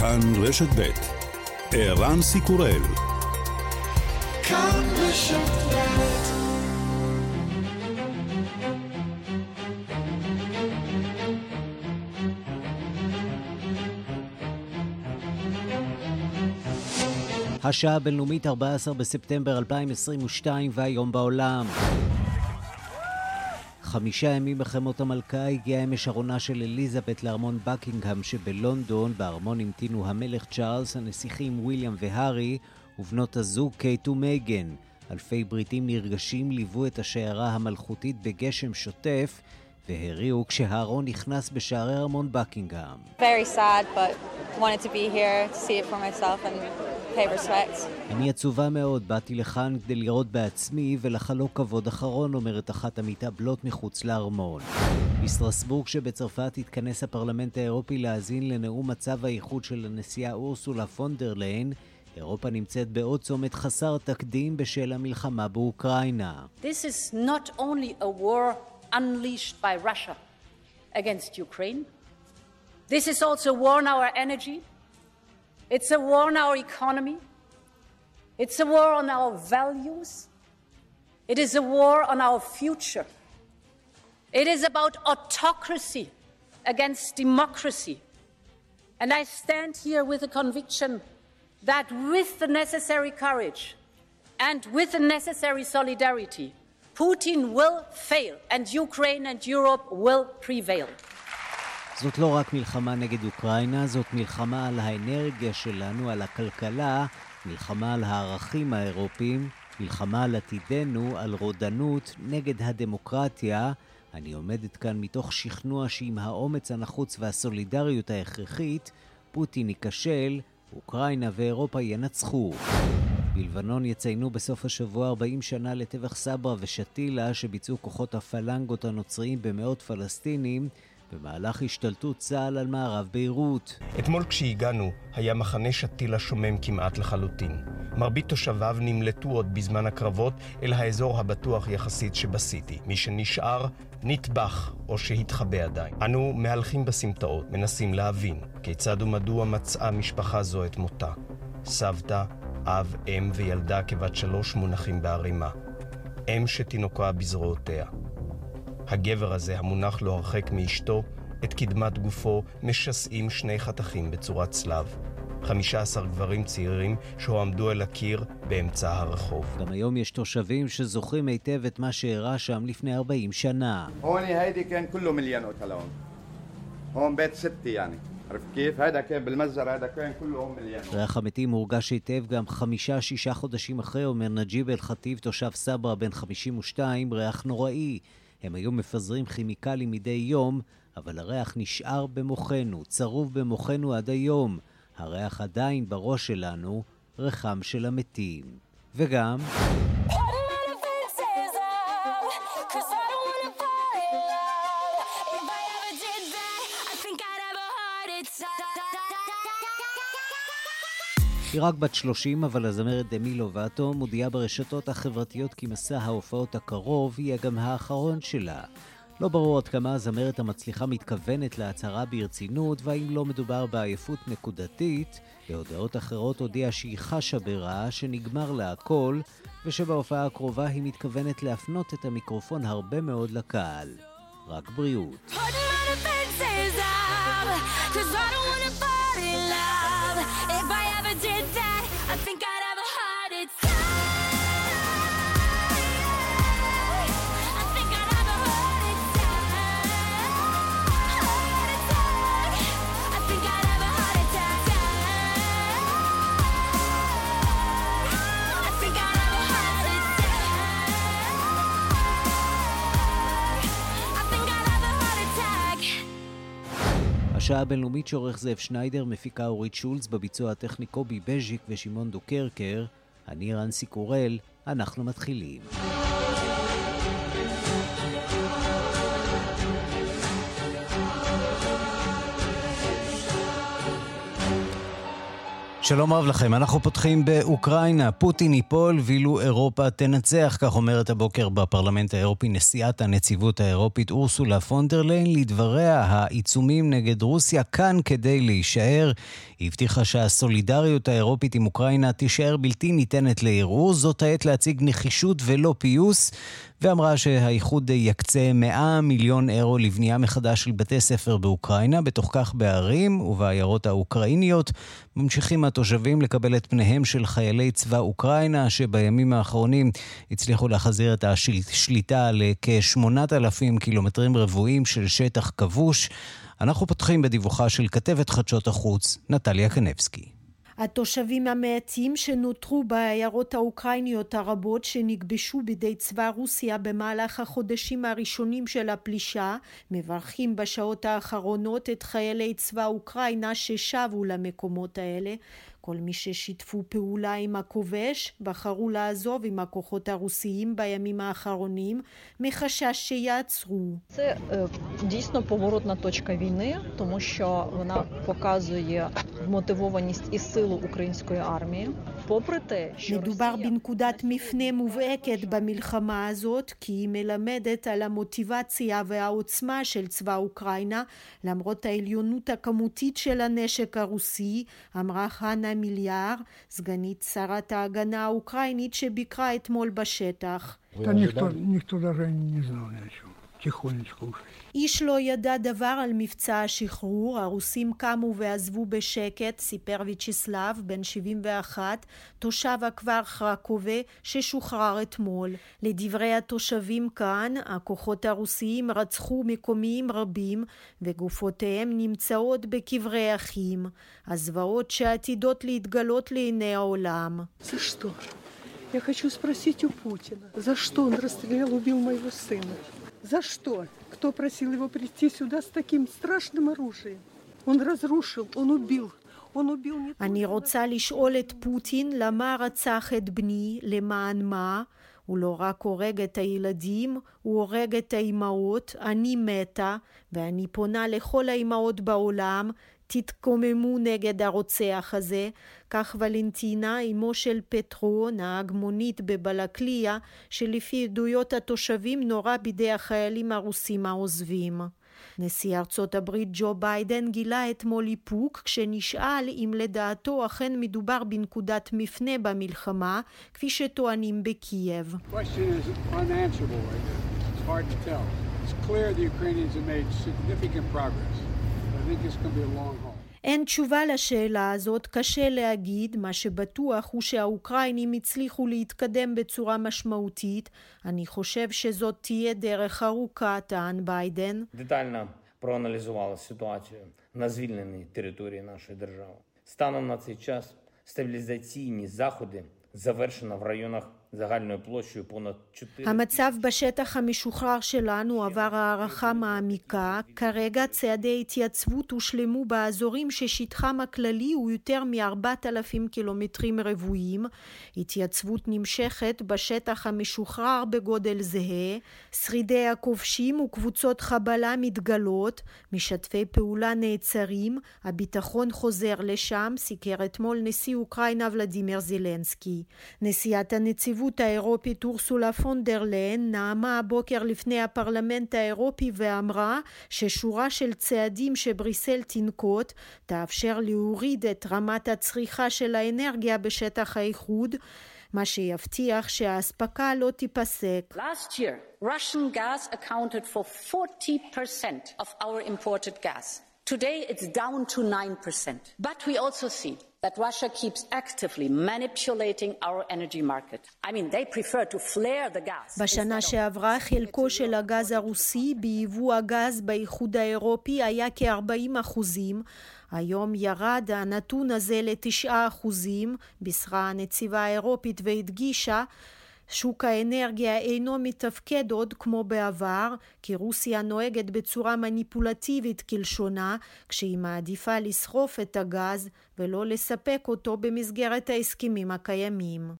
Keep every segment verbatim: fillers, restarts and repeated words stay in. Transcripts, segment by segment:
כאן רשת ב' ערן סיקורל. כאן רשת ב'. השעה הבינלאומית ארבעה עשר בספטמבר אלפיים עשרים ושתיים והיום בעולם. חמישה ימים בחמות המלכה הגיעה אמש ארונה של אליזבת לארמון בקינגהאם שבלונדון. בארמון המתינו המלך צ'ארלס, הנסיכים וויליאם והארי ובנות הזוג קייט ומייגן. אלפי בריטים נרגשים ליוו את השיירה המלכותית בגשם שוטף והריעו כשהארון נכנס בשערי ארמון בקינגהאם. Very sad, but wanted to be here to see it for myself and pay respect. אני עצובה מאוד, באתי לכאן כדי לראות בעצמי ולחלוק כבוד אחרון, אומרת אחת המתאבלות מחוץ לארמון. בסטרסבורג שבצרפת התכנס הפרלמנט האירופי להאזין לנאום מצב האיחוד של הנשיאה אורסולה פון דר ליין. אירופה נמצאת בעוד צומת חסר תקדים בשל המלחמה באוקראינה. This is not only a war unleashed by Russia against Ukraine. This is also a war on our energy. It's a war on our economy. It's a war on our values. It is a war on our future. It is about autocracy against democracy. And I stand here with the conviction that with the necessary courage and with the necessary solidarity, Putin will fail and Ukraine and Europe will prevail. זאת לא רק מלחמה נגד אוקראינה, זאת מלחמה על האנרגיה שלנו, על הכלכלה, מלחמה על הערכים האירופיים, מלחמה על עתידנו, על רודנות, נגד הדמוקרטיה. אני עומדת כאן מתוך שכנוע שעם האומץ הנחוץ והסולידריות ההכרחית, פוטין ייכשל, אוקראינה ואירופה ינצחו. בלבנון יציינו בסוף השבוע ארבעים שנה לטבח סברה ושתילה שביצעו כוחות הפלנגות הנוצריים במאות פלסטינים במהלך השתלטות צה"ל על מערב ביירות. אתמול כשהגענו היה מחנה שתילה שומם כמעט לחלוטין. מרבית תושביו נמלטו עוד בזמן הקרבות אל האזור הבטוח יחסית שבסיטי. מי שנשאר נטבח או שהתחבא עדיין. אנו מהלכים בסמטאות, מנסים להבין כיצד ומדוע מצאה משפחה זו את מותה. סבתא, אב, אם וילדה כבת שלוש מונחים בערימה. אם שתינוקה בזרועותיה. הגבר הזה המונח לא הרחק מאשתו, את קדמת גופו משסעים שני חתכים בצורת צלב. חמישה עשר גברים צעירים שהועמדו אל הקיר באמצע הרחוב. גם היום יש תושבים שזוכרים היטב את מה שאירע שם לפני ארבעים שנה. هوني هيدي كان كله مليان قتلون. هون بيت ستي يعني. عرفت كيف؟ هذا كان بالمزرعة هذا كان كله مليان. ריח המתים מורגש היטב גם חמישה שישה חודשים אחרי, אומר נג'יב אל חטיב תושב סברה בן חמישים ושתיים, ריח נוראי. הם היו מפזרים כימיקלים מדי יום, אבל הריח נשאר במוחנו, צרוב במוחנו עד היום. הריח עדיין בראש שלנו, ריחם של המתים. וגם היא רק בת שלושים, אבל הזמרת דמי לובטו מודיעה ברשתות החברתיות כי מסע ההופעות הקרוב יהיה גם האחרון שלה. לא ברור עד כמה הזמרת המצליחה מתכוונת להצהרה ברצינות, והאם לא מדובר בעייפות נקודתית. בהודעות אחרות הודיעה שהיא חשה ברע, שנגמר לה הכל, ושבהופעה הקרובה היא מתכוונת להפנות את המיקרופון הרבה מאוד לקהל. רק בריאות. השעה הבינלאומית שעורך זאב שניידר, מפיקה אורית שולץ, בביצוע הטכני קובי בז'יק ושמעון דוקרקר. אני ערן סיקורל, אנחנו מתחילים. שלום רב לכם, אנחנו פותחים באוקראינה. פוטין ייפול ואילו אירופה תנצח, כך אומרת הבוקר בפרלמנט האירופי נשיאת הנציבות האירופית אורסולה פון דר ליין. לדבריה, העיצומים נגד רוסיה כאן כדי להישאר. היא הבטיחה שהסולידריות האירופית עם אוקראינה תישאר בלתי ניתנת לערעור. זאת העת להציג נחישות ולא פיוס, ואמרה שהאיחוד יקצה מאה מיליון אירו לבנייה מחדש של בתי ספר באוקראינה. בתוך כך בערים ובעיירות האוקראיניות ממשיכים התושבים לקבל את פניהם של חיילי צבא אוקראינה, שבימים האחרונים הצליחו להחזיר את השליטה לכ-שמונת אלפים קילומטרים רבועים של שטח כבוש. אנחנו פותחים בדיווחה של כתבת חדשות החוץ, נטליה קנבסקי. התושבים המעטים שנותרו בעיירות האוקראיניות הרבות שנכבשו בידי צבא רוסיה במהלך החודשים הראשונים של הפלישה, מברכים בשעות האחרונות את חיילי צבא אוקראינה ששבו למקומות האלה. כל מי ששיתפו פעולה עם הכובש בחרו לעזוב עם הכוחות הרוסיים בימים האחרונים מחשש שיעצרו. Це дійсно поворотна точка війни, тому що вона показує мотивованість і силу української армії. Попри те, що מדובר בנקודת מפנה מובהקת במלחמה הזאת, כי היא מלמדת על המוטיבציה והעוצמה של צבא אוקראינה, למרות העליונות הכמותית של הנשק הרוסי, אמרה חנה מיליאר, סגנית שרת ההגנה האוקראינית שביקרה אתמול בשטח. Никто, никто даже не знал ничего. תיכונצ'קו. איש לא ידע דבר על מבצע השחרור. הרוסים קמו ועזבו בשקט, סיפר ויצ'סלב, בן שבעים ואחת, תושב הכפר חרקובה ששוחרר אתמול. לדברי התושבים כאן, הכוחות הרוסיים רצחו מקומיים רבים, וגופותיהם נמצאות בקברי אחים. הזוועות שעתידות להתגלות לעיני העולם. За что? Я хочу спросить у Путина, за что он расстрелял, убил моего сына? За что? Кто просил его прийти сюда с таким страшным оружием? Он разрушил, он убил. Он убил не только... אני רוצה לשאול את פוטין למה רצח את בני, למען מה? הוא לא רק הורג את הילדים, הוא הורג את האימהות. אני מתה, ואני פונה לכל האימהות בעולם, תתקוממו נגד הרוצח הזה. כך ולנטינה, אמו של פטרו, נהג מונית בבלקליה, שלפי עדויות התושבים נורה בידי החיילים הרוסים העוזבים. נשיא ארצות הברית ג'ו ביידן גילה אתמול איפוק כשנשאל אם לדעתו אכן מדובר בנקודת מפנה במלחמה, כפי שטוענים בקייב. The question is unanswerable right now. It's hard to tell. It's clear the Ukrainians have made significant progress. I think it's going to be a long haul. אין תשובה לשאלה הזאת, קשה להגיד. מה שבטוח הוא שהאוקראינים הצליחו להתקדם בצורה משמעותית. אני חושב שזאת תהיה דרך ארוכה, טען ביידן. Детально проаналізували ситуацію на звільненій території нашої держави. Станом на цей час стабілізаційні заходи завершено в районах загальною площею понад чотири. המצב בשטח המשוחרר שלנו עבר הערכה מעמיקה. כרגע צעדי התייצבות הושלמו באזורים ששטחם הכללי הוא יותר מ-ארבעת אלפים קילומטרים רבועים. התייצבות נמשכת בשטח המשוחרר בגודל זהה. שרידי הכובשים וקבוצות חבלה מתגלות. משתפי פעולה נעצרים. הביטחון חוזר לשם, סיקר אתמול נשיא אוקראינה ולדימיר זלנסקי. נשיאת הנציבות האירופית אורסולה פון דר ליין נעמה הבוקר לפני הפרלמנט האירופי ואמרה ששורה של צעדים שבריסל תנקוט תאפשר להוריד את רמת הצריכה של האנרגיה בשטח האיחוד, מה שיבטיח שהאספקה לא תיפסק. Last year, Russian gas accounted for forty percent of our imported gas. Today it's down to nine percent. But we also see that Russia keeps actively manipulating our energy market. I mean, they prefer to flare the gas. בשנה שעברה חלקו של הגז הרוסי ביבוא הגז באיחוד האירופי היה כ-ארבעים אחוזים. היום ירד הנתון הזה ל-תשעה אחוזים, בישרה הנציבה האירופית והדגישה שוק האנרגיה אינו מתפקד עוד כמו בעבר, כי רוסיה נוהגת בצורה מניפולטיבית כלשונה, כשהיא מעדיפה לסחוף את הגז ולא לספק אותו במסגרת ההסכמים הקיימים.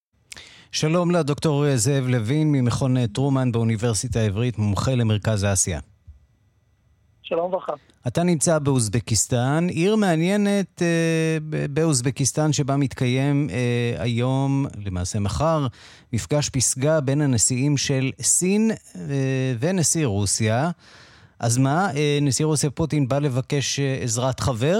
שלום לדוקטור זאב לוין ממכון טרומן באוניברסיטה העברית, מומחה למרכז אסיה. שלום וברכה. אתה נמצא באוזבקיסטן, עיר מעניינת אה, באוזבקיסטן שבה מתקיים אה, היום, למעשה מחר, מפגש פסגה בין הנשיאים של סין אה, ונשיא רוסיה. אז מה, אה, נשיא רוסיה פוטין בא לבקש אה, עזרת חבר?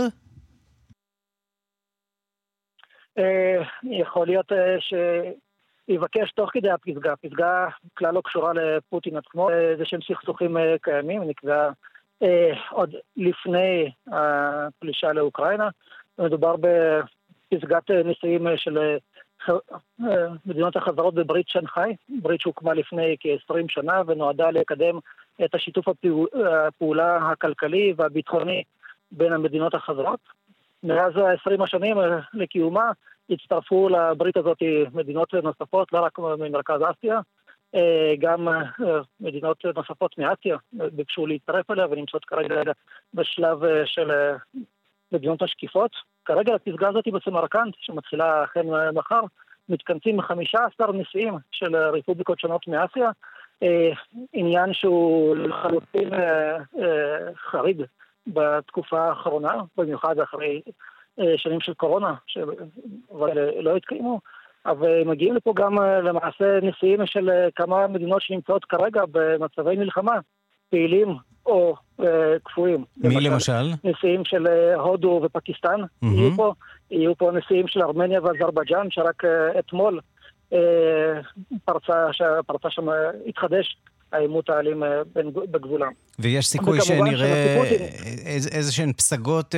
אה, יכול להיות אה, ש... יבקש תוך כדי הפסגה. הפסגה כלל לא קשורה לפוטין עצמו, זה שהם סכסוכים קיימים, נקבע אה, עוד לפני הפלישה לאוקראינה. מדובר בפסגת נשיאים של אה, מדינות החברות בברית שנגחאי, ברית שהוקמה לפני כ-עשרים שנה ונועדה לקדם את השיתוף הפעולה הכלכלי והביטחוני בין המדינות החברות. מאז ה-עשרים השנים לקיומה הצטרפו לברית הזאת מדינות נוספות, לא רק ממרכז אסיה, גם מדינות נוספות מאסיה ביקשו להצטרף אליה ונמצאות כרגע בשלב של מדינות השקיפות. כרגע הפסגה הזאת בסמרקנד, שמתחילה החל מחר, מתכנסים חמישה עשר נשיאים של רפובליקות שונות מאסיה, עניין שהוא לחלוטין חריג בתקופה האחרונה, במיוחד אחרי שנים של קורונה, שלא התקיימו, אבל מגיעים לפה גם למעשה נשיאים של כמה מדינות שנמצאות כרגע במצבי מלחמה, פעילים או קפואים. מי למשל? נשיאים של הודו ופקיסטן, יהיו פה, יהיו פה נשיאים של ארמניה ואזרבייג'אן, שרק אתמול פרצה, פרצה שם התחדש העימות האלים בגבולם. ויש סיכוי שנראה איזה שהן פסגות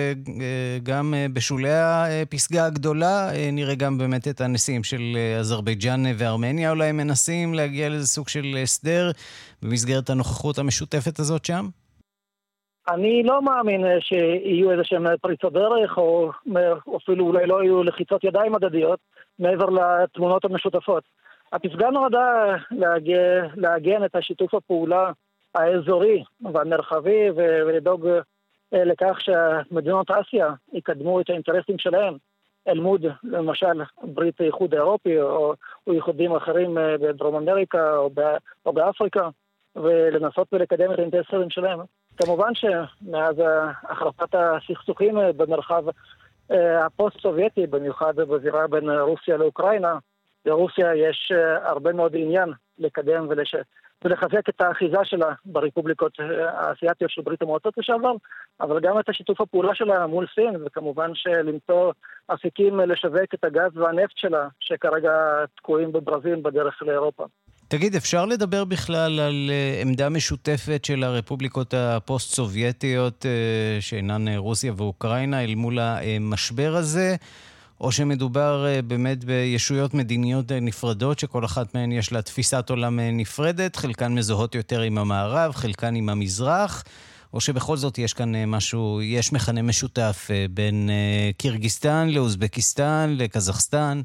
גם בשולי הפסגה הגדולה, נראה גם באמת את הנשיאים של אזרבייג'אן וארמניה, אולי מנסים להגיע לאיזה סוג של הסדר במסגרת הנוכחות המשותפת הזאת שם? אני לא מאמין שיהיו איזה שהן פריצות דרך, או אפילו אולי לא יהיו לחיצות ידיים הדדיות, מעבר לתמונות המשותפות. הפסגה נועדה להגן את השיתוף הפעולה האזורי והמרחבי ולדאוג לכך שמדינות אסיה יקדמו את האינטרסים שלהם אל מוד, למשל ברית האיחוד האירופי או, או ייחודים אחרים בדרום אמריקה או, או באפריקה, ולנסות ולקדם את האינטרסים שלהם. כמובן שמאז החלפת הסכסוכים במרחב הפוסט-סובייטי, במיוחד בזירה בין רוסיה לאוקראינה, לרוסיה יש הרבה מאוד עניין לקדם ולש... ולחזק את האחיזה שלה ברפובליקות האסייתיות של ברית המועצות לשעבר, אבל גם את השיתוף הפעולה שלה מול סין, וכמובן שלמצוא אפיקים לשווק את הגז והנפט שלה, שכרגע תקועים בברזיל בדרך לאירופה. תגיד, אפשר לדבר בכלל על עמדה משותפת של הרפובליקות הפוסט-סובייטיות שאינן רוסיה ואוקראינה אל מול המשבר הזה? או שמדובר באמת בישויות מדיניות נפרדות, שכל אחת מהן יש לה תפיסת עולם נפרדת, חלקן מזוהות יותר עם המערב, חלקן עם המזרח, או שבכל זאת יש כאן משהו, יש מכנה משותף בין קירגיסטן לאוזבקיסטן, לקזחסטן?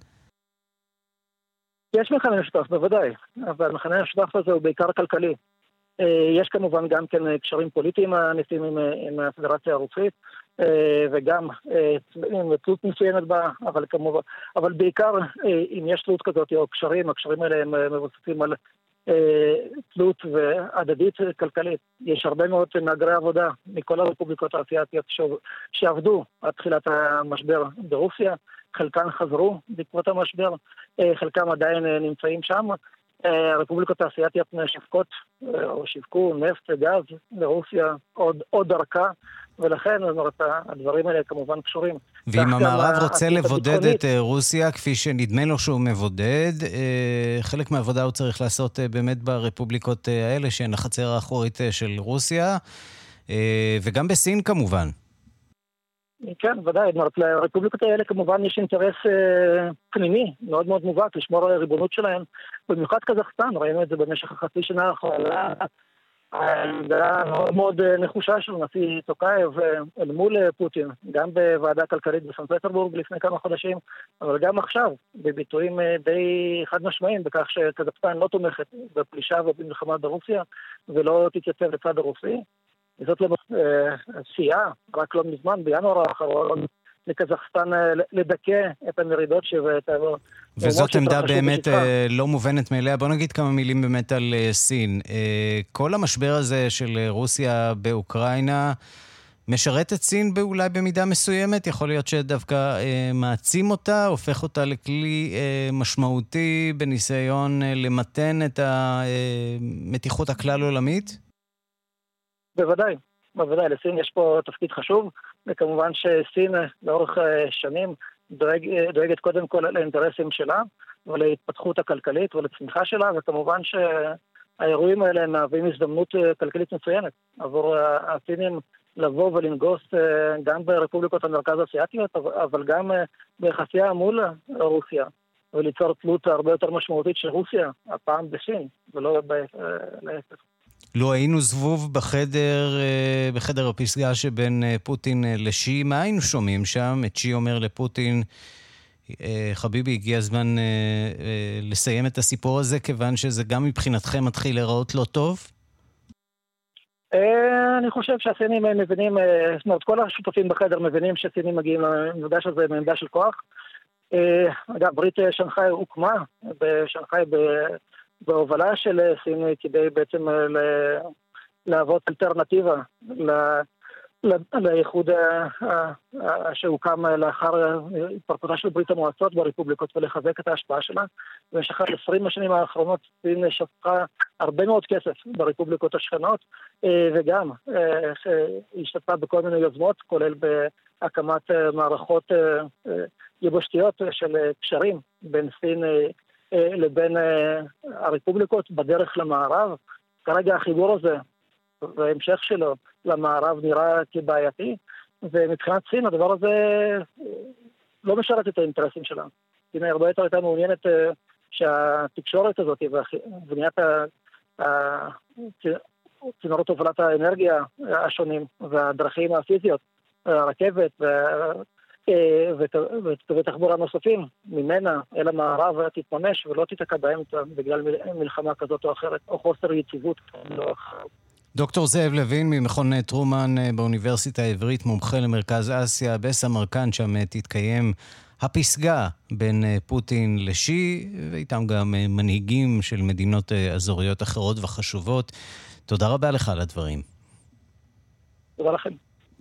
יש מכנה משותף, בוודאי, אבל המכנה המשותף הזה הוא בעיקר כלכלי. יש כמובן גם כן קשרים פוליטיים הנשיאים עם, עם הפדרציה הרוסית, וגם עם תלות מסוימת בה, אבל כמובן, אבל בעיקר אם יש תלות כזאת או קשרים, הקשרים האלה הם מבוססים על תלות והדדית כלכלית. יש הרבה מאוד מהגרי עבודה מכל הרפובליקות האסייתיות שעבדו עד תחילת המשבר ברוסיה, חלקן חזרו בעקבות המשבר, חלקם עדיין נמצאים שם. הרפובליקות האסייתיות שווקות או שיווקו נפט וגז לרוסיה עוד, עוד דרכה, ולכן הדברים האלה כמובן קשורים. ואם המערב רוצה לבודד את רוסיה כפי שנדמה לו שהוא מבודד, חלק מהעבודה הוא צריך לעשות באמת ברפובליקות האלה שהן החצר האחורית של רוסיה, וגם בסין כמובן. כן, ודאי. לרפובליקות האלה כמובן יש אינטרס פנימי מאוד מאוד מובהק לשמור על הריבונות שלהם, במיוחד קזחסטן, ראינו את זה במשך החצי שנה האחרונה, העמדה מאוד מאוד נחושה של נשיא טוקייב אל מול פוטין, גם בוועדה כלכלית בסן פטרבורג לפני כמה חודשים, אבל גם עכשיו, בביטויים די חד משמעיים, בכך שקזחסטן לא תומכת בפלישה ובמלחמה ברוסיה, ולא תתייצב לצד הרוסי. זאת סייעה, רק לא מזמן, בינואר האחרון, לקזחסטן לדכא את המרידות ואת ה... וזאת עמדה באמת לא מובנת מאליה. בוא נגיד כמה מילים באמת על סין. כל המשבר הזה של רוסיה באוקראינה משרת את סין אולי במידה מסוימת, יכול להיות שדווקא אה, מעצים אותה, הופך אותה לכלי אה, משמעותי בניסיון אה, למתן את המתיחות הכלל עולמית? בוודאי, בוודאי, לסין יש פה תפקיד חשוב, וכמובן שסין לאורך אה, שנים דואג, דואגת קודם כל לאינטרסים שלה, ולהתפתחות הכלכלית ולצמיחה שלה, וכמובן שהאירועים האלה מהווים הזדמנות כלכלית מצוינת עבור הסינים, לבוא ולנגוס גם ברפובליקות המרכז האסייתיות, אבל גם ביחסיה מול רוסיה, וליצור תלות הרבה יותר משמעותית של רוסיה, הפעם בסין, ולא להפך. לא היינו זבוב בחדר, בחדר הפסגה שבין פוטין לשי, מה היינו שומעים שם? את שי אומר לפוטין, חביבי, הגיע הזמן לסיים את הסיפור הזה, כיוון שזה גם מבחינתכם מתחיל להיראות לא טוב? אני חושב שהסינים מבינים, זאת אומרת, כל השותפים בחדר מבינים שהסינים מגיעים למפגש הזה מעמדה של כוח. אגב, ברית שנגחאי הוקמה בשנגחאי בהובלה של סין כדי בעצם להוות אלטרנטיבה לאיחוד שהוקם לאחר התפרקותה של ברית המועצות ברפובליקות ולחזק את ההשפעה שלה. במשך עשרים השנים האחרונות סין שפכה הרבה מאוד כסף ברפובליקות השכנות, וגם השתתפה בכל מיני יוזמות, כולל בהקמת מערכות יבשתיות של קשרים בין סין לבין הרפובליקות בדרך למערב. כרגע החיבור הזה וההמשך שלו למערב נראה כבעייתי, ומבחינת סין הדבר הזה לא משרת את האינטרסים שלה. סין הרבה יותר הייתה מעוניינת שהתקשורת הזאת ובניית צינורות הובלת האנרגיה השונים והדרכים הפיזיות, הרכבת וקווי תחבורה נוספים ממנה אל המערב תתממש ולא תתקע בהם בגלל מלחמה כזאת או אחרת, או חוסר יציבות. דוקטור זאב לוין ממכון טרומן באוניברסיטה העברית, מומחה למרכז אסיה בסמרקנד, שם תתקיים הפסגה בין פוטין לשי, ואיתם גם מנהיגים של מדינות אזוריות אחרות וחשובות. תודה רבה לך על הדברים. תודה לכם.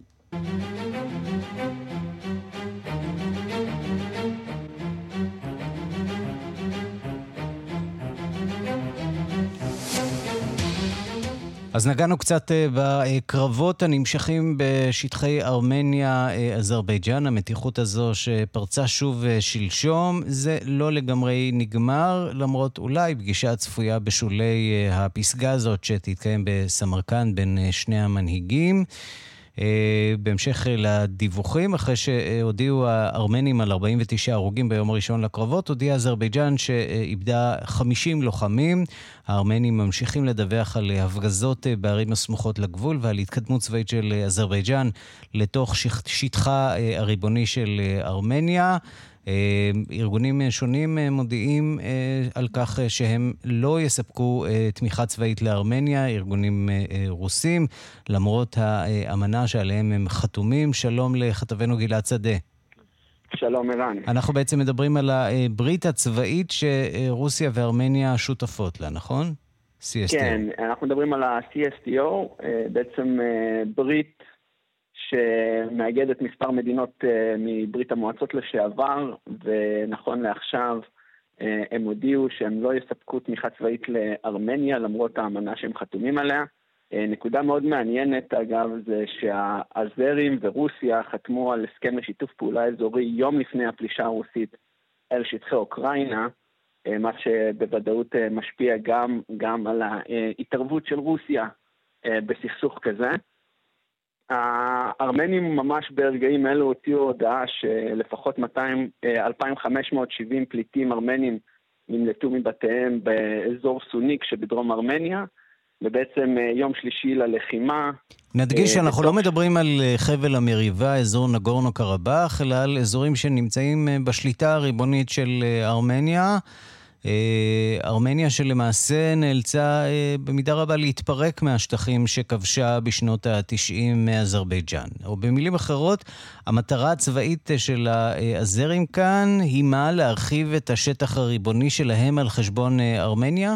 אז נגענו קצת בקרבות הנמשכים בשטחי ארמניה, אזרבייג'אן, המתיחות הזו שפרצה שוב שלשום. זה לא לגמרי נגמר, למרות אולי פגישה צפויה בשולי הפסגה הזאת שתתקיים בסמרקנד בין שני המנהיגים. בהמשך לדיווחים, אחרי שהודיעו הארמנים על ארבעים ותשעה הרוגים ביום הראשון לקרבות, הודיעה אזרבייג'אן שאיבדה חמישים לוחמים. הארמנים ממשיכים לדווח על הפגזות בערים הסמוכות לגבול ועל התקדמות צבאית של אזרבייג'אן לתוך שטחה הריבוני של ארמניה. ארגונים שונים מודיעים על כך שהם לא יספקו תמיכה צבאית לארמניה, ארגונים רוסים, למרות האמנה שעליהם הם חתומים. שלום לכתבנו גלעד שדה. שלום ערן. אנחנו בעצם מדברים על הברית הצבאית שרוסיה וארמניה שותפות לה, נכון? סי אס טי או. כן, אנחנו מדברים על ה-סי אס טי או, בעצם ברית שמאגדת מספר מדינות מברית המועצות לשעבר, ונכון לעכשיו הם הודיעו שהם לא יספקו תמיכה צבאית לארמניה, למרות האמנה שהם חתומים עליה. נקודה מאוד מעניינת, אגב, זה שהאזרים ורוסיה חתמו על הסכם לשיתוף פעולה אזורי יום לפני הפלישה הרוסית אל שטחי אוקראינה, מה שבוודאות משפיע גם, גם על ההתערבות של רוסיה בסכסוך כזה. הארמנים ממש ברגעים אלו הוציאו הודעה שלפחות אלפיים וחמש מאות שבעים פליטים ארמנים נמלטו מבתיהם באזור סוניק שבדרום ארמניה, ובעצם יום שלישי ללחימה. נדגיש שאנחנו לא מדברים על חבל המריבה, אזור נגורנו קרבאח, אלא על אזורים שנמצאים בשליטה הריבונית של ארמניה, ארמניה שלמעשה נאלצה במידה רבה להתפרק מהשטחים שכבשה בשנות ה-תשעים מאזרבייג'אן. או במילים אחרות, המטרה הצבאית של האזרים כאן היא מה? להרחיב את השטח הריבוני שלהם על חשבון ארמניה?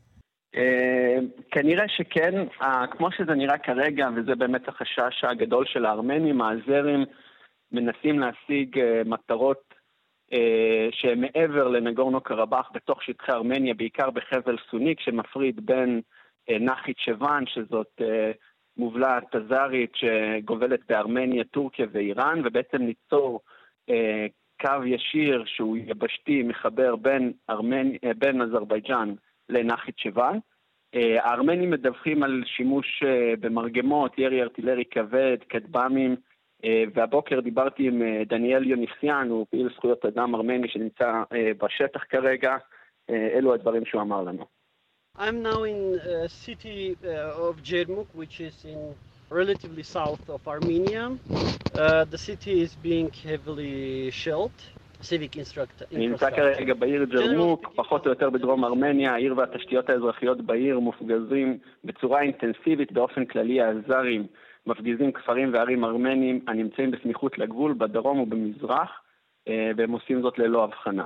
כנראה שכן, כמו שזה נראה כרגע, וזה באמת החשש הגדול של הארמנים, האזרים מנסים להשיג מטרות שהם מעבר לנגורנו קרבאח בתוך שטחי ארמניה, בעיקר בחבל סוניק שמפריד בין נחית-שבן, שזאת מובלעת אזרית שגובלת בארמניה, טורקיה ואיראן, ובעצם ליצור קו ישיר שהוא יבשתי מחבר בין, ארמנ... בין אזרבייג'אן לנחית-שבן. הארמנים מדווחים על שימוש במרגמות, ירי ארטילרי כבד, כטב"מים, והבוקר דיברתי עם דניאל יוניסיאן, הוא פעיל זכויות אדם ארמני שנמצא בשטח כרגע. אלו הדברים שהוא אמר לנו. I'm now in a city uh, of Jermuk, which is in relatively south of Armenia. Uh, the city is being heavily shelled. civic infrastructure. אני נמצא כרגע בעיר ג'רמוק, פחות או יותר בדרום ארמניה. העיר והתשתיות האזרחיות בעיר מופגזים בצורה אינטנסיבית. באופן כללי האזרים מפגיזים כפרים וערים ארמנים הנמצאים בסמיכות לגבול בדרום ובמזרח, והם עושים זאת ללא הבחנה.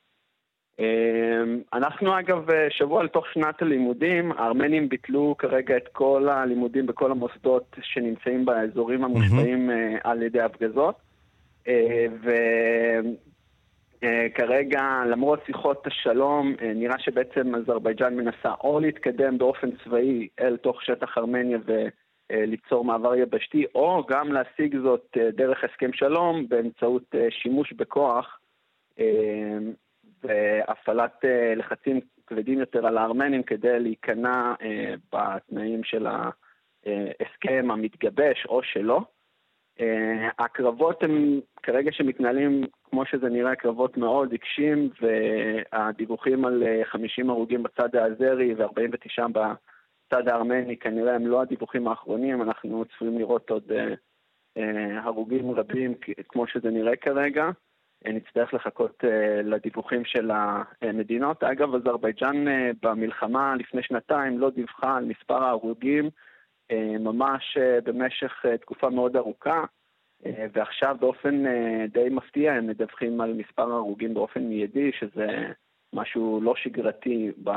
אנחנו אגב שבוע לתוך שנת הלימודים, הארמנים ביטלו כרגע את כל הלימודים בכל המוסדות שנמצאים באזורים המושפעים על ידי הפגזות, וכרגע למרות שיחות השלום נראה שבעצם אזרבייג'אן מנסה או להתקדם באופן צבאי אל תוך שטח ארמניה וליצור מעבר יבשתי, או גם להשיג זאת דרך הסכם שלום באמצעות שימוש בכוח והפעלת לחצים כבדים יותר על הארמנים כדי להיכנע בתנאים של ההסכם המתגבש או שלא. הקרבות הם כרגע שמתנהלים כמו שזה נראה קרבות מאוד עיקשים, והדיווחים על חמישים הרוגים בצד האזרי ו-ארבעים ותשע בצד הארמני כנראה הם לא הדיווחים האחרונים. אנחנו צפויים לראות עוד הרוגים רבים כמו שזה נראה כרגע. נצטרך לחכות לדיווחים של המדינות. אגב, אזרבייג'אן במלחמה לפני שנתיים לא דיווחה על מספר ההרוגים ממש במשך תקופה מאוד ארוכה, ועכשיו באופן די מפתיע הם מדווחים על מספר ההרוגים באופן מיידי, שזה משהו לא שגרתי ב...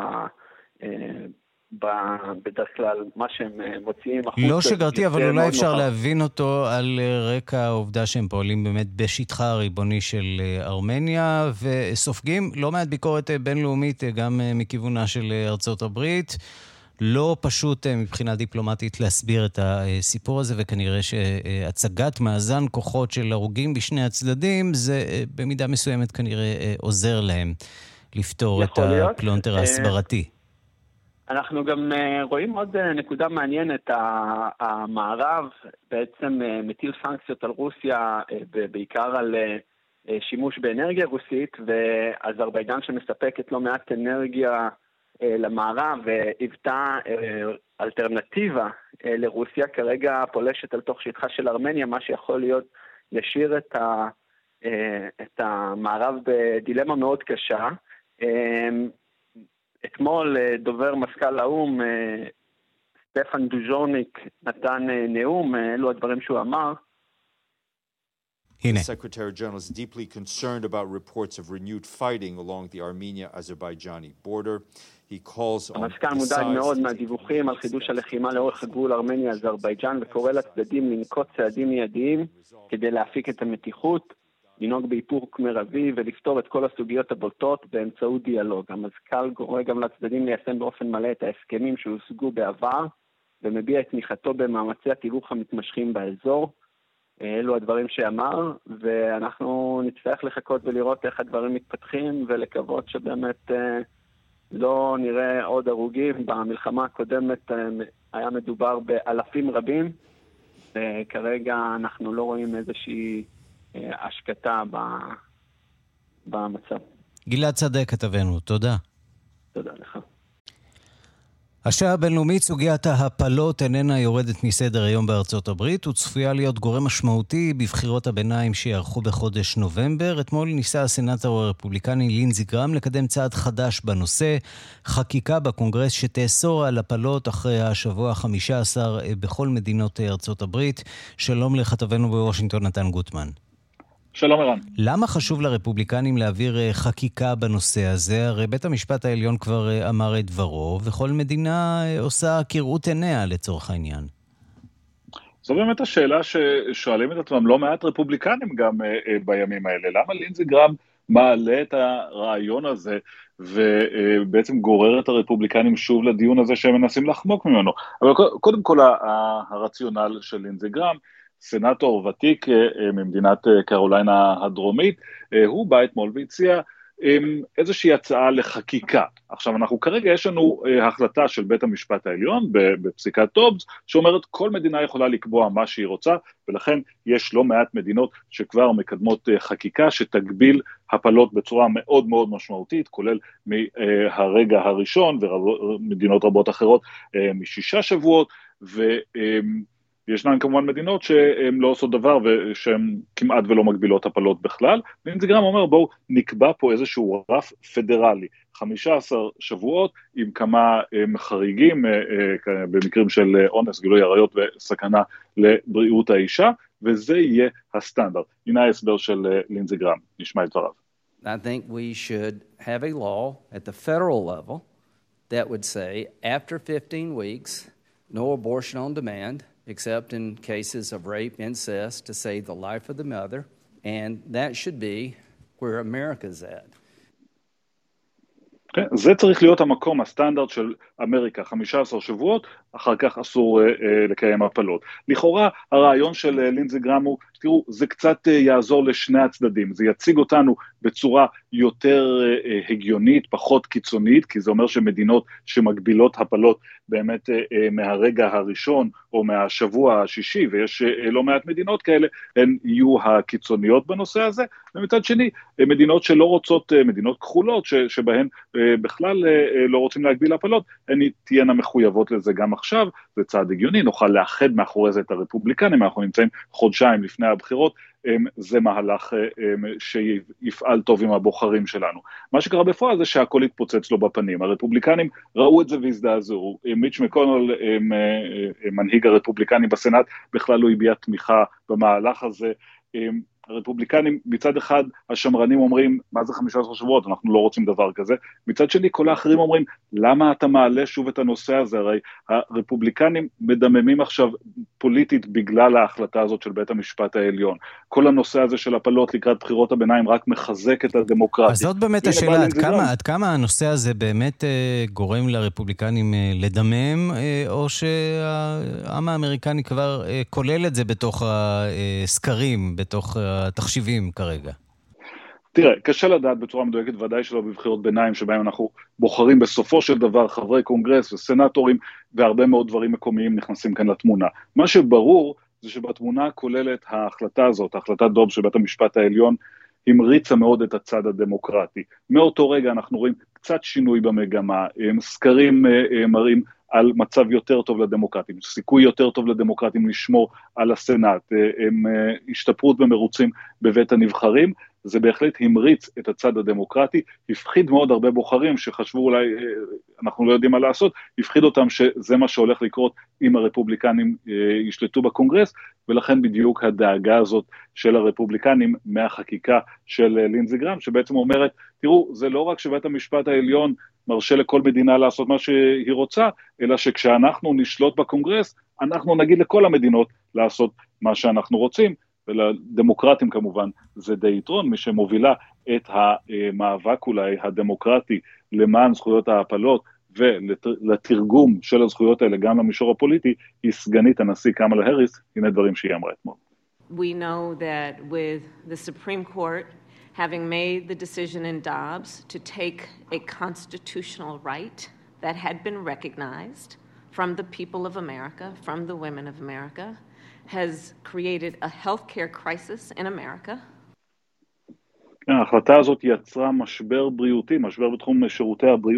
בדרך כלל מה שהם מוציאים החוצה. לא שגרתי, אבל אולי אפשר להבין אותו על רקע העובדה שהם פועלים באמת בשטחה הריבוני של ארמניה, וסופגים לא מעט ביקורת בינלאומית גם מכיוונה של ארצות הברית. לא פשוט מבחינה דיפלומטית להסביר את הסיפור הזה, וכנראה שהצגת מאזן כוחות של הרוגים בשני הצדדים, זה במידה מסוימת כנראה עוזר להם לפתור את הפלונטר ההסברתי. אנחנו גם רואים עוד נקודה מעניינת. המערב בעצם מטיל סנקציות על רוסיה, בעיקר על שימוש באנרגיה רוסית, ואזרבייג'אן שמספקת לא מעט אנרגיה למערב, והיוותה אלטרנטיבה לרוסיה, כרגע פולשת על תוך שטחה של ארמניה, מה שיכול להיות ישיר את, ה, את המערב בדילמה מאוד קשה. אתמול דובר מזכ"ל האו"ם סטפן דוז'ורניק נתן נאום, אלו הדברים שהוא אמר. The Secretary General is deeply concerned about reports of renewed fighting along the Armenia-Azerbaijani border. He calls on המזכ"ל מודאג מאוד מהדיווחים על חידוש הלחימה לאורך הגבול ארמניה-אזרבייג'אן, וקורא לצדדים לנקוט צעדים מיידיים כדי להפיק את המתיחות, לנהוג באיפוק מרבי ולפתור את כל הסוגיות הבולטות באמצעות דיאלוג. המזכ"ל קורא גם לצדדים ליישם באופן מלא את ההסכמים שהושגו בעבר, ומביע את תמיכתו במאמצי התיווך המתמשכים באזור. אלו הדברים שאמר, ואנחנו נצטרך לחכות ולראות איך הדברים מתפתחים, ולקוות שבאמת לא נראה עוד הרוגים. במלחמה הקודמת היה מדובר באלפים רבים, וכרגע אנחנו לא רואים איזושהי השקטה במצב. גלעד צדק כתבנו, תודה. תודה לך. השעה הבינלאומית, סוגיית ההפלות איננה יורדת מסדר היום בארצות הברית, וצפויה להיות גורם משמעותי בבחירות הביניים שיערכו בחודש נובמבר. אתמול ניסה הסנאטור הרפובליקני לינזי גרם לקדם צעד חדש בנושא, חקיקה בקונגרס שתאסור על הפלות אחרי השבוע ה-חמישה עשר בכל מדינות ארצות הברית. שלום לכתבנו בוושינגטון נתן גוטמן. שלום ערן. למה חשוב לרפובליקנים להעביר חקיקה בנושא הזה? הרי בית המשפט העליון כבר אמר את דברו, וכל מדינה עושה כראות עיניה לצורך העניין. זו באמת השאלה ששואלים את עצמם לא מעט רפובליקנים גם בימים האלה. למה לינזי גרם מעלה את הרעיון הזה, ובעצם גורר את הרפובליקנים שוב לדיון הזה שהם מנסים לחמוק ממנו? אבל קודם כל הרציונל של לינזי גרם, סנאטור ותיק ממדינת קרוליינה הדרומית, הוא בא אתמול והציע איזושהי הצעה לחקיקה. עכשיו אנחנו כרגע יש לנו החלטה של בית המשפט העליון בפסיקת טובס, שאומרת כל מדינה יכולה לקבוע מה שהיא רוצה, ולכן יש לא מעט מדינות שכבר מקדמות חקיקה שתגביל הפלות בצורה מאוד מאוד משמעותית, כולל מהרגע הראשון, ומדינות רבות אחרות משישה שבועות, ו... ישנן כמובן מדינות שהן לא עושות דבר ושהן כמעט ולא מגבילות הפלות בכלל, לינזי גרם אומר בואו נקבע פה איזשהו רף פדרלי, חמישה עשר שבועות עם כמה חריגים במקרים של אונס, גילוי עריות וסכנה לבריאות האישה, וזה יהיה הסטנדרט. הנה ההסבר של לינזי גרם, נשמע את דבריו. I think we should have a law at the federal level that would say after fifteen weeks, no abortion on demand, except in cases of rape, incest, to save the life of the mother, and that should be where America's at. Okay. זה צריך להיות המקום, הסטנדרט של אמריקה, חמישה עשר שבועות, אחר כך אסור uh, לקיים הפלות. לכאורה, הרעיון של uh, לינזי גרם הוא, תראו, זה קצת uh, יעזור לשני הצדדים, זה יציג אותנו בצורה יותר uh, הגיונית, פחות קיצונית, כי זה אומר שמדינות שמגבילות הפלות באמת uh, uh, מהרגע הראשון, או מהשבוע השישי, ויש uh, לא מעט מדינות כאלה, הן יהיו הקיצוניות בנושא הזה, ומצד שני, uh, מדינות שלא רוצות, uh, מדינות כחולות, ש, שבהן uh, בכלל uh, לא רוצים להגביל הפלות, הן תהיינה מחויבות לזה גם עכשיו, זה צעד הגיוני, נוכל לאחד מאחורי זה את הרפובליקנים, אנחנו נמצאים חודשיים לפני הבחירות, זה מהלך שיפעל טוב עם הבוחרים שלנו. מה שקרה בפועל זה שהכל התפוצץ לו בפנים, הרפובליקנים ראו את זה והזדעזעו, מיץ' מקונל, מנהיג הרפובליקני בסנאט, בכלל לא הביע תמיכה במהלך הזה, הרפובליקנים מצד אחד השמרנים אומרים מה זה חמישה עשר שבועות, אנחנו לא רוצים דבר כזה, מצד שני כל האחרים אומרים למה אתה מעלה שוב את הנושא הזה, הרי הרפובליקנים מדממים עכשיו פוליטית בגלל ההחלטה הזאת של בית המשפט העליון, כל הנושא הזה של הפלות לקראת בחירות הביניים רק מחזק את הדמוקרטיה. אז זאת באמת השאלה, עד כמה, עד כמה הנושא הזה באמת אה, גורם לרפובליקנים אה, לדמם, אה, או שהעם האמריקני כבר אה, כולל את זה בתוך הסקרים, בתוך התחשיבים כרגע? תראה, קשה לדעת בצורה מדויקת, ודאי שלא בבחירות ביניים שבהם אנחנו בוחרים בסופו של דבר חברי קונגרס וסנטורים, והרבה מאוד דברים מקומיים נכנסים כאן לתמונה. מה שברור זה שבתמונה כוללת ההחלטה הזאת, החלטת דוב של בית המשפט העליון, המריצה מאוד את הצד הדמוקרטי. מאותו רגע אנחנו רואים קצת שינוי במגמה, סקרים מראים על מצב יותר טוב לדמוקרטים, סיכוי יותר טוב לדמוקרטים לשמור על הסנאט, הם השתפרות במרוצים בבית הנבחרים, זה בהחלט המריץ את הצד הדמוקרטי, הפחיד מאוד הרבה בוחרים שחשבו אולי, אנחנו לא יודעים מה לעשות, הפחיד אותם שזה מה שהולך לקרות אם הרפובליקנים ישלטו בקונגרס, ולכן בדיוק הדאגה הזאת של הרפובליקנים מהחקיקה של לינזי גרם, שבעצם אומרת, תראו, זה לא רק שבית המשפט העליון מרשה לכל מדינה לעשות מה שהיא רוצה, אלא שכשאנחנו נשלוט בקונגרס, אנחנו נגיד לכל המדינות לעשות מה שאנחנו רוצים, ולדמוקרטים כמובן זה די יתרון, מי שמובילה את המאבק אולי הדמוקרטי למען זכויות ההפלות, ולתרגום של הזכויות האלה גם למישור הפוליטי, היא סגנית הנשיא קמאלה האריס, הנה דברים שהיא אמרה אתמול. We know that with the Supreme Court having made the decision in Dobbs to take a constitutional right that had been recognized from the people of America, from the women of America, has created a healthcare crisis in America. ההחלטה הזאת יצרה משבר בריאותי, משבר בתחום שירותי הבריאות,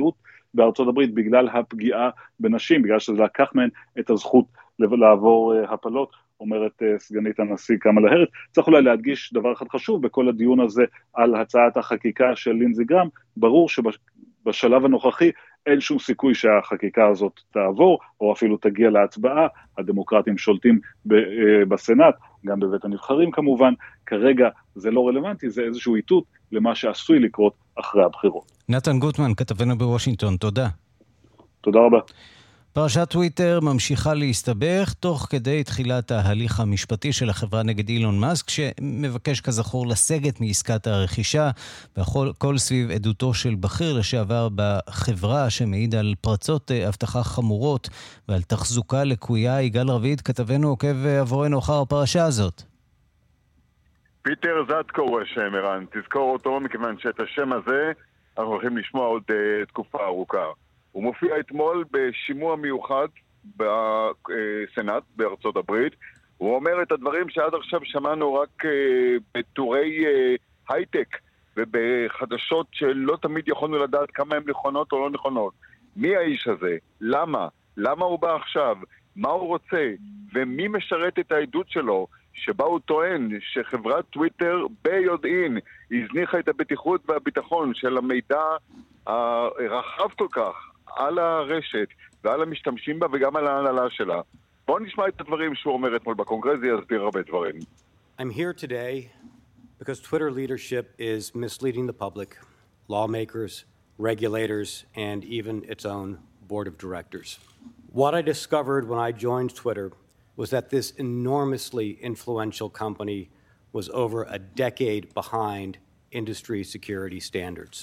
בארצות הברית בגלל הפגיעה בנשים, בגלל שזה לקח מהן את הזכות לעבור הפלות, אומרת סגנית הנשיא קמאלה האריס. צריך אולי להדגיש דבר אחד חשוב בכל הדיון הזה על הצעת החקיקה של לינזי גרהם, ברור שבשלב הנוכחי אין שום סיכוי שהחקיקה הזאת תעבור, או אפילו תגיע להצבעה, הדמוקרטים שולטים בסנאט, גם בבית הנבחרים כמובן, כרגע זה לא רלוונטי, זה איזשהו איתות למה שעשוי לקרות אחרי הבחירות. נתן גוטמן, כתבנו בוושינגטון, תודה. תודה רבה. פרשת טוויטר ממשיכה להסתבך תוך כדי תחילת ההליך המשפטי של החברה נגד אילון מאסק, שמבקש כזכור לסגת מעסקת הרכישה, והכל סביב עדותו של בכיר לשעבר בחברה שמעיד על פרצות הבטחה חמורות ועל תחזוקה לקויה. יגאל רביד, כתבנו עוקב עבורנו אחר הפרשה הזאת. פיטר זטקו הוא השם, ערן, תזכור אותו מכיוון שאת השם הזה אנחנו הולכים לשמוע עוד uh, תקופה ארוכה. הוא מופיע אתמול בשימוע מיוחד בסנאט בארצות הברית. הוא אומר את הדברים שעד עכשיו שמענו רק בטורי הייטק ובחדשות שלא תמיד יכולנו לדעת כמה הן נכונות או לא נכונות. מי האיש הזה? למה? למה הוא בא עכשיו? מה הוא רוצה? ומי משרת את העדות שלו? שבה הוא טוען שחברת טוויטר ביודעין הזניחה את הבטיחות והביטחון של המידע הרחב כל כך על הרשת ועל המשתמשים בה וגם על ההנהלה שלה. בואו נשמע את הדברים שהוא אומר אתמול בקונגרס, זה יסביר הרבה דברים. I'm here today because Twitter leadership is misleading the public, lawmakers, regulators, and even its own board of directors. What I discovered when I joined Twitter was that this enormously influential company was over a decade behind industry security standards.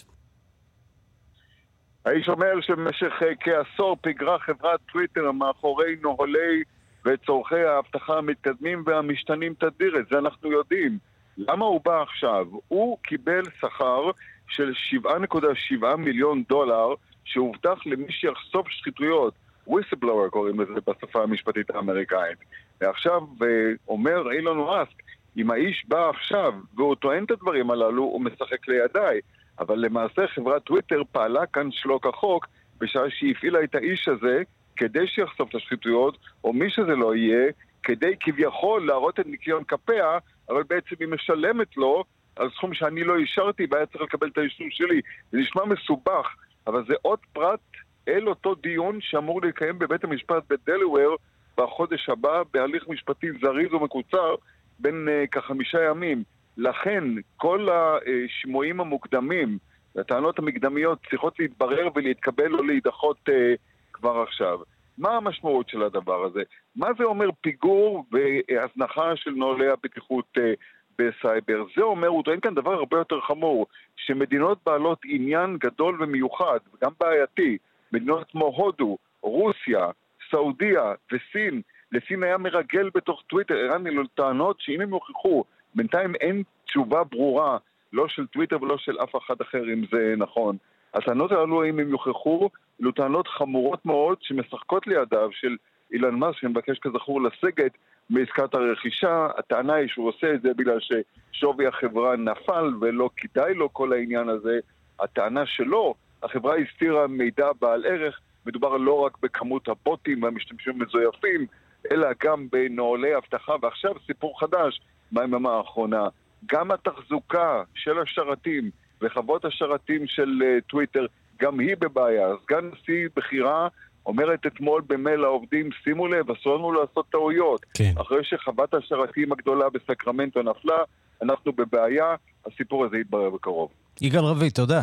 האיש אומר שבמשך כעשור פיגרה חברת טוויטר מאחורי נוהלי וצורכי ההבטחה המתקדמים והמשתנים תדיר. את זה אנחנו יודעים. למה הוא בא עכשיו? הוא קיבל שכר של שבע נקודה שבע מיליון דולר שהובטח למי שיחשוף שחיתויות. whistleblower קוראים לזה בשפה המשפטית האמריקאית. ועכשיו אומר אילון מאסק, אם האיש בא עכשיו והוא טוען את הדברים הללו, הוא משחק לידיי. אבל למעשה חברת טוויטר פעלה כאן שלא כחוק, בשעה שהיא הפעילה את האיש הזה כדי שיחשוף את השחיתויות, או מי שזה לא יהיה, כדי כביכול להראות את ניקיון כפיה, אבל בעצם היא משלמת לו על סכום שאני לא אישרתי, והיה צריך לקבל את האישור שלי. זה נשמע מסובך, אבל זה עוד פרט אל אותו דיון שאמור להתקיים בבית המשפט בדלוור בחודש הבא, בהליך משפטי זריז ומקוצר, בין uh, כחמישה ימים. לכן כל השימועים המוקדמים, הטענות המקדמיות צריכות להתברר ולהתקבל או להידחות uh, כבר עכשיו. מה המשמעות של הדבר הזה? מה זה אומר פיגור והזנחה של נוהלי הבטיחות uh, בסייבר? זה אומר, הוא טוען כאן דבר הרבה יותר חמור, שמדינות בעלות עניין גדול ומיוחד, וגם בעייתי, מדינות כמו הודו, רוסיה, סעודיה וסין, לסין היה מרגל בתוך טוויטר, הראה לו טענות שאם הם יוכיחו, בינתיים אין תשובה ברורה, לא של טוויטר ולא של אף אחד אחר אם זה נכון. הטענות הללו, אם הם יוכיחו, אלו טענות חמורות מאוד שמשחקות לידיו של אילון מאסק, שמבקש כזכור לסגת מעסקת הרכישה. הטענה היא שהוא עושה את זה בגלל ששווי החברה נפל ולא כדאי לו כל העניין הזה. הטענה שלו, החברה הסתירה מידע בעל ערך, מדובר לא רק בכמות הבוטים והמשתמשים מזויפים, אלא גם בנוהלי הבטחה, ועכשיו סיפור חדש מהיממה האחרונה. גם התחזוקה של השרתים וחוות השרתים של uh, טוויטר, גם היא בבעיה. סגן נשיא בחירה אומרת אתמול במייל לעובדים, שימו לב, אסור לנו לעשות טעויות. כן. אחרי שחוות השרתים הגדולה בסקרמנטו נפלה, אנחנו בבעיה, הסיפור הזה יתברר בקרוב. יגאל רביד, תודה.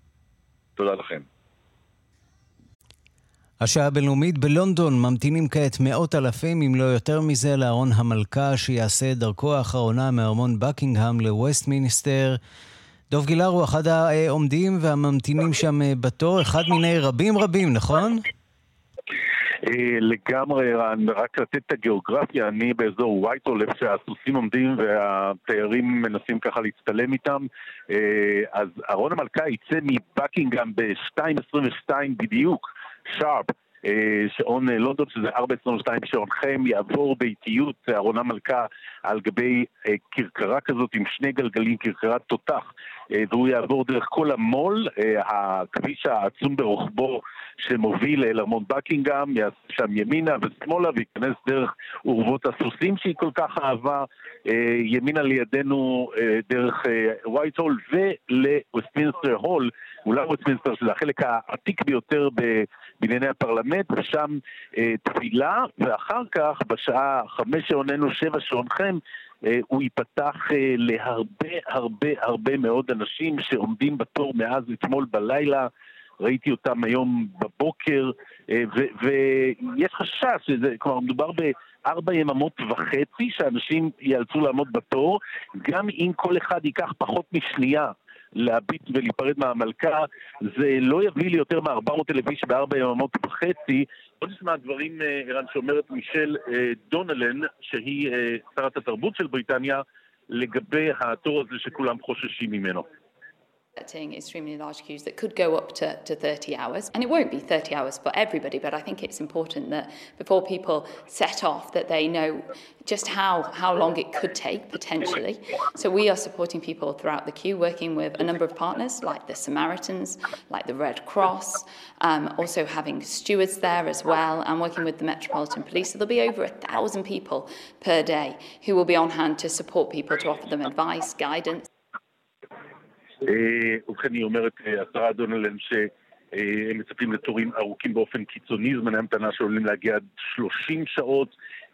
תודה לכם. השעה הבינלאומית בלונדון ממתינים כעת מאות אלפים, אם לא יותר מזה, לארון המלכה שיעשה דרכו האחרונה מארמון בקינגהאם לווסטמינסטר. דוב גילר הוא אחד העומדים והממתינים שם בתור, אחד מיני רבים רבים, נכון? לגמרי, רק לתת את הגיאוגרפיה, אני באזור ווייטהול, איפה שהסוסים עומדים והתיירים מנסים ככה להצטלם איתם. אז ארון המלכה יצא מבקינגהאם ב-שתיים עשרים ושתיים בדיוק, שרפ, שעון לונדון, שזה ארבע עשרים ושתיים, שעונכם יעבור באיטיות, אהרונה מלכה, על גבי קרקרה כזאת עם שני גלגלים, קרקרת תותח, והוא יעבור דרך כל המול, הכביש העצום ברוחבו שמוביל אל ארמון בקינגהאם, יעשה שם ימינה ושמאלה, וייכנס דרך אורוות הסוסים שהיא כל כך אהבה, ימינה לידינו דרך ווייט הול ולווסטמינסטר הול, אולי ווסטמינסטר שזה החלק העתיק ביותר בבנייני הפרלמנט, ושם תפילה, ואחר כך בשעה חמש שעוננו שבע שעונכם, הוא ייפתח להרבה הרבה הרבה מאוד אנשים שעומדים בתור מאז אתמול בלילה, ראיתי אותם היום בבוקר, ויש חשש, שזה, כלומר מדובר בארבע יממות וחצי שאנשים ייאלצו לעמוד בתור, גם אם כל אחד ייקח פחות משנייה להביט ולהיפרד מהמלכה, זה לא יביא לי יותר מ-ארבע מאות אלף איש בארבע יממות וחצי. עוד נשמע דברים, ערן, שאומרת מישל דונלן, שהיא שרת התרבות של בריטניה, לגבי התור הזה שכולם חוששים ממנו. Extremely large queues that could go up to, to thirty hours, and it won't be thirty hours for everybody, but I think it's important that before people set off that they know just how, how long it could take potentially. So we are supporting people throughout the queue, working with a number of partners like the Samaritans, like the Red Cross, um, also having stewards there as well, and working with the Metropolitan Police. So there'll be over a thousand people per day who will be on hand to support people, to offer them advice, guidance. ובכן היא אומרת, השרה דונלן, שהם מצפים לתורים ארוכים באופן קיצוני, זמני המתנה שעולים להגיע עד שלושים שעות,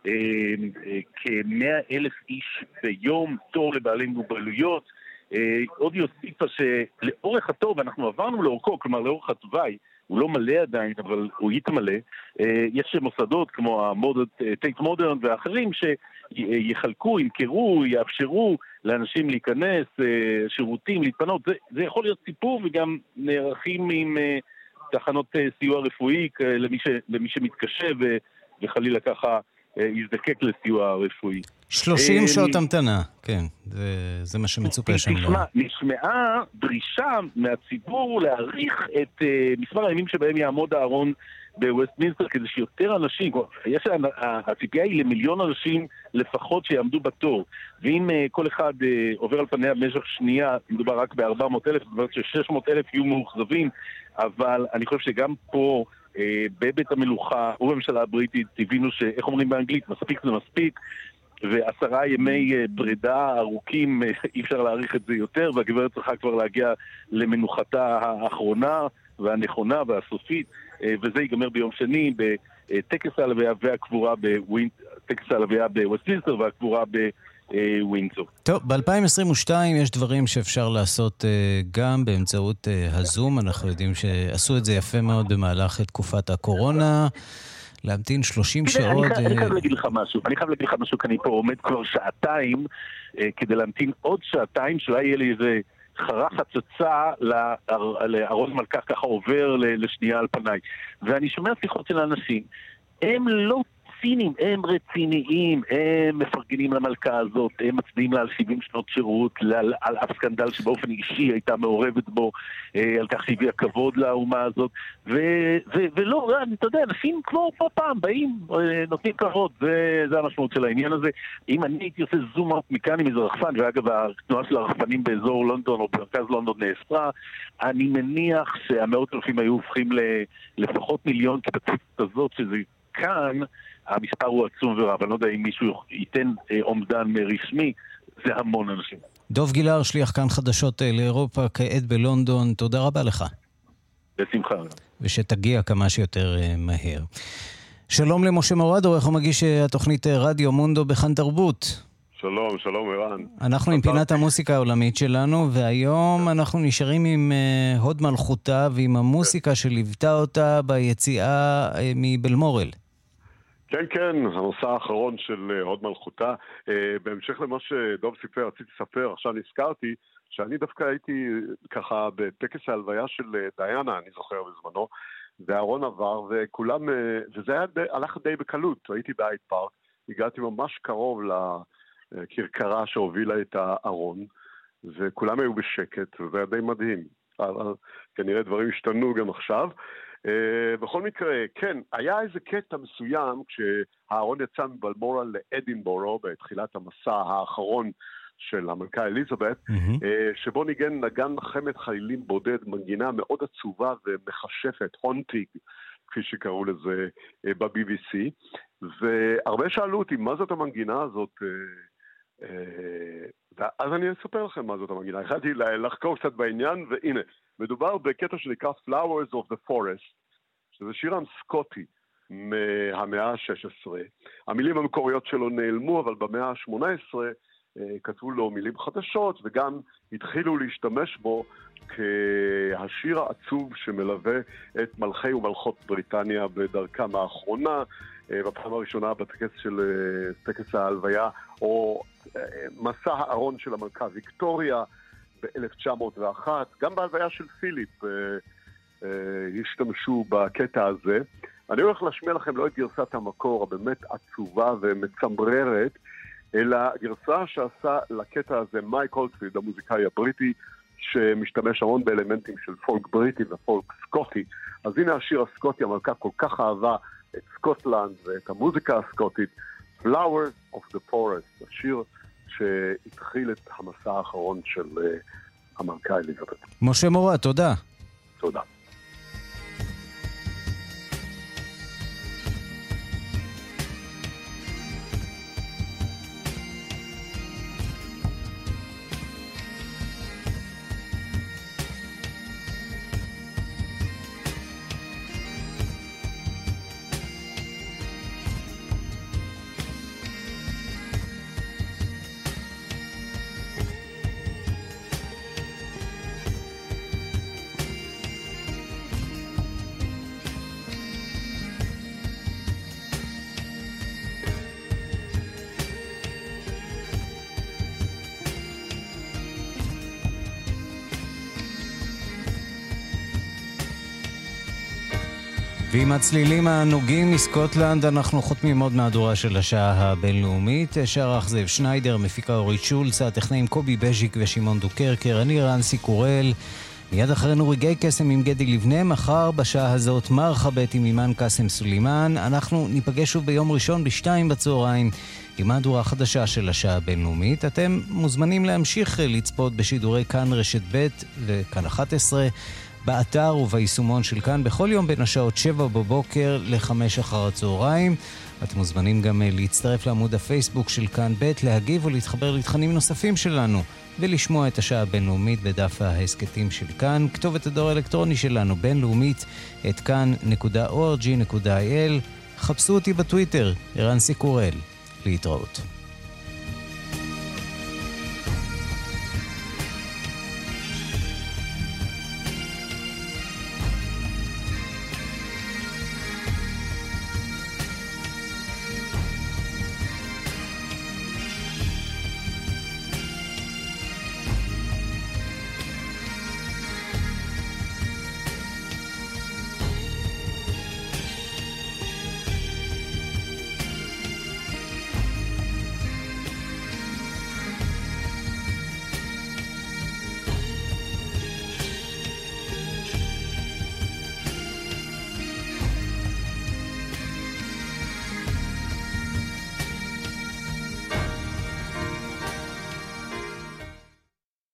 כ-מאה אלף איש ביום, תור לבעלי מוגבלויות. עוד יוסיפה שלאורך התור, ואנחנו עברנו לאורכו, כלומר לאורך התוואי, הוא לא מלא עדיין, אבל הוא יתמלא, יש מוסדות כמו טייט מודרן ואחרים שיחלקו, ימכרו, יאפשרו לאנשים להיכנס, שירותים, להתפנות. זה, זה יכול להיות סיפור, וגם נערכים עם תחנות סיוע רפואי למי, ש, למי שמתקשה ו, וחלילה ככה יזדקק לסיוע רפואי. שלושים שעות המתנה, כן, זה, זה מה שמצופה שם. נשמע, נשמעה דרישה מהציבור להאריך את uh, מספר הימים שבהם יעמוד הארון בווסטמינסטר, כדי שיותר אנשים, יש, הציפייה היא למיליון אנשים לפחות שיעמדו בתור, ואם uh, כל אחד uh, עובר על פניה במשך שנייה, מדובר רק ב-ארבע מאות אלף, זאת אומרת ש-שש מאות אלף יהיו מאוכזבים, אבל אני חושב שגם פה, uh, בבית המלוכה ובממשלה הבריטית, הבינו שאיך אומרים באנגלית, מספיק זה מספיק, ועשרה ימי פרידה ארוכים, אי אפשר להאריך את זה יותר, והגברת צריכה כבר להגיע למנוחתה האחרונה והנכונה והסופית, וזה ייגמר ביום שני בטקס ההלוויה והקבורה בווינד, טקס ההלוויה בווסטמינסטר והקבורה בווינדסור. טוב, ב-אלפיים עשרים ושתיים יש דברים שאפשר לעשות גם באמצעות הזום, אנחנו יודעים שעשו את זה יפה מאוד במהלך תקופת הקורונה, להמתין שלושים שעות. אני חייב להגיד לך משהו, אני חייב להגיד לך משהו, כי אני פה עומד כבר שעתיים, כדי להמתין עוד שעתיים, שלא יהיה לי איזה חרה חצצה לארון מלכה ככה עובר לשנייה על פניי. ואני שומע שיחות של האנשים, הם לא צינים, הם רציניים, הם מפרגנים למלכה הזאת, הם מצביעים לה על שבעים שנות שירות, על, על אף סקנדל שבאופן אישי הייתה מעורבת בו, אה, על כך שהביאה כבוד לאומה הזאת, ו, ו, ולא, אתה יודע, אנשים כמו פה פעם באים, אה, נותנים כבוד, זה, זה המשמעות של העניין הזה. אם אני הייתי עושה זום אאוט מכאן עם איזה רחפן, ואגב התנועה של הרחפנים באזור לונדון או במרכז לונדון נאסרה, אני מניח שהמאות אלפים היו הופכים לפחות מיליון כתצית הזאת, שזה כאן, המספר הוא עצום ורב, אני לא יודע אם מישהו ייתן עומדן רשמי, זה המון אנשים. דוב גילר, שליח כאן חדשות לאירופה, כעת בלונדון, תודה רבה לך. בשמחה. ושתגיע כמה שיותר מהר. שלום למשה מורד, עורך ומגיש התוכנית רדיו מונדו בכאן תרבות. שלום, שלום ערן. אנחנו עם פינת המוסיקה העולמית שלנו, והיום אנחנו נשארים עם הוד מלכותה ועם המוסיקה שליוותה אותה ביציאה מבלמורל. כן, כן, הנושא האחרון של הוד מלכותה. בהמשך למה שדוב סיפר, רציתי לספר, עכשיו נזכרתי שאני דווקא הייתי ככה בטקס ההלוויה של דיינה, אני זוכר בזמנו, והארון עבר וכולם, וזה היה, הלך די בקלות, הייתי בהייד פארק, הגעתי ממש קרוב לכרכרה שהובילה את הארון, וכולם היו בשקט, וזה היה די מדהים. כנראה דברים השתנו גם עכשיו. Uh, בכל מקרה, כן, היה איזה קטע מסוים כשהארון יצא מבלמורה לאדינבורו בתחילת המסע האחרון של המלכה אליזבת, mm-hmm. uh, שבו ניגן נגן חמד חיילים בודד, מנגינה מאוד עצובה ומחשפת, הונטיג, כפי שקראו לזה uh, ב-בי בי סי, והרבה שאלו אותי, מה זאת המנגינה הזאת? Uh, uh, אז אני אספר לכם מה זאת המנגינה. החלטתי לחקור קצת בעניין, והנה, מדובר בקטע שנקרא Flowers of the Forest, שזה שיר עם סקוטי מהמאה ה-שש עשרה. המילים המקוריות שלו נעלמו, אבל במאה ה-שמונה עשרה כתבו לו מילים חדשות, וגם התחילו להשתמש בו כהשיר העצוב שמלווה את מלכי ומלכות בריטניה בדרכם האחרונה, בפעם הראשונה בטקס של טקס ההלוויה, או מסע הארון של המלכה ויקטוריה ב-אלף תשע מאות ואחת, גם בהלוויה של פיליפ השתמשו בקטע הזה. אני הולך להשמיע לכם לא את גרסת המקור, הבאמת עצובה ומצמררת, אלא גרסה שעשה לקטע הזה מייק אולדפילד, המוזיקאי הבריטי, שמשתמש המון באלמנטים של פולק בריטי ופולק סקוטי. אז הנה השיר הסקוטי, המלכה כל כך אהבה את סקוטלנד ואת המוזיקה הסקוטית, Flowers of the Forest, השיר שהתחיל את המסע האחרון של המלכה אליזבת. משה מורה, תודה. תודה. ועם הצלילים הנוגעים מסקוטלנד אנחנו חותמים עוד מהדורה של השעה הבינלאומית. שערך זאב שניידר, מפיקה אורית שולץ, הטכנאים קובי בז'יק ושמעון דוקרקר, אני רנסי קורל. מיד אחרינו רגעי קסם עם גדי לבנה, מחר בשעה הזאת מרחבת עם אימן קסם סולימן. אנחנו ניפגש שוב ביום ראשון בשתיים בצהריים עם מהדורה חדשה של השעה הבינלאומית. אתם מוזמנים להמשיך לצפות בשידורי כאן רשת ב' וכאן אחת עשרה, באתר וביישומון של כאן בכל יום בין השעות שבע בבוקר לחמש אחר הצהריים. אתם מוזמנים גם להצטרף לעמוד הפייסבוק של כאן ב', להגיב ולהתחבר לתכנים נוספים שלנו ולשמוע את השעה הבינלאומית בדף ההסקטים של כאן. כתובת הדואר האלקטרוני שלנו בינלאומית את כאן נקודה או אר ג'י נקודה איי אל. חפשו אותי בטוויטר, רנסי קורל. להתראות.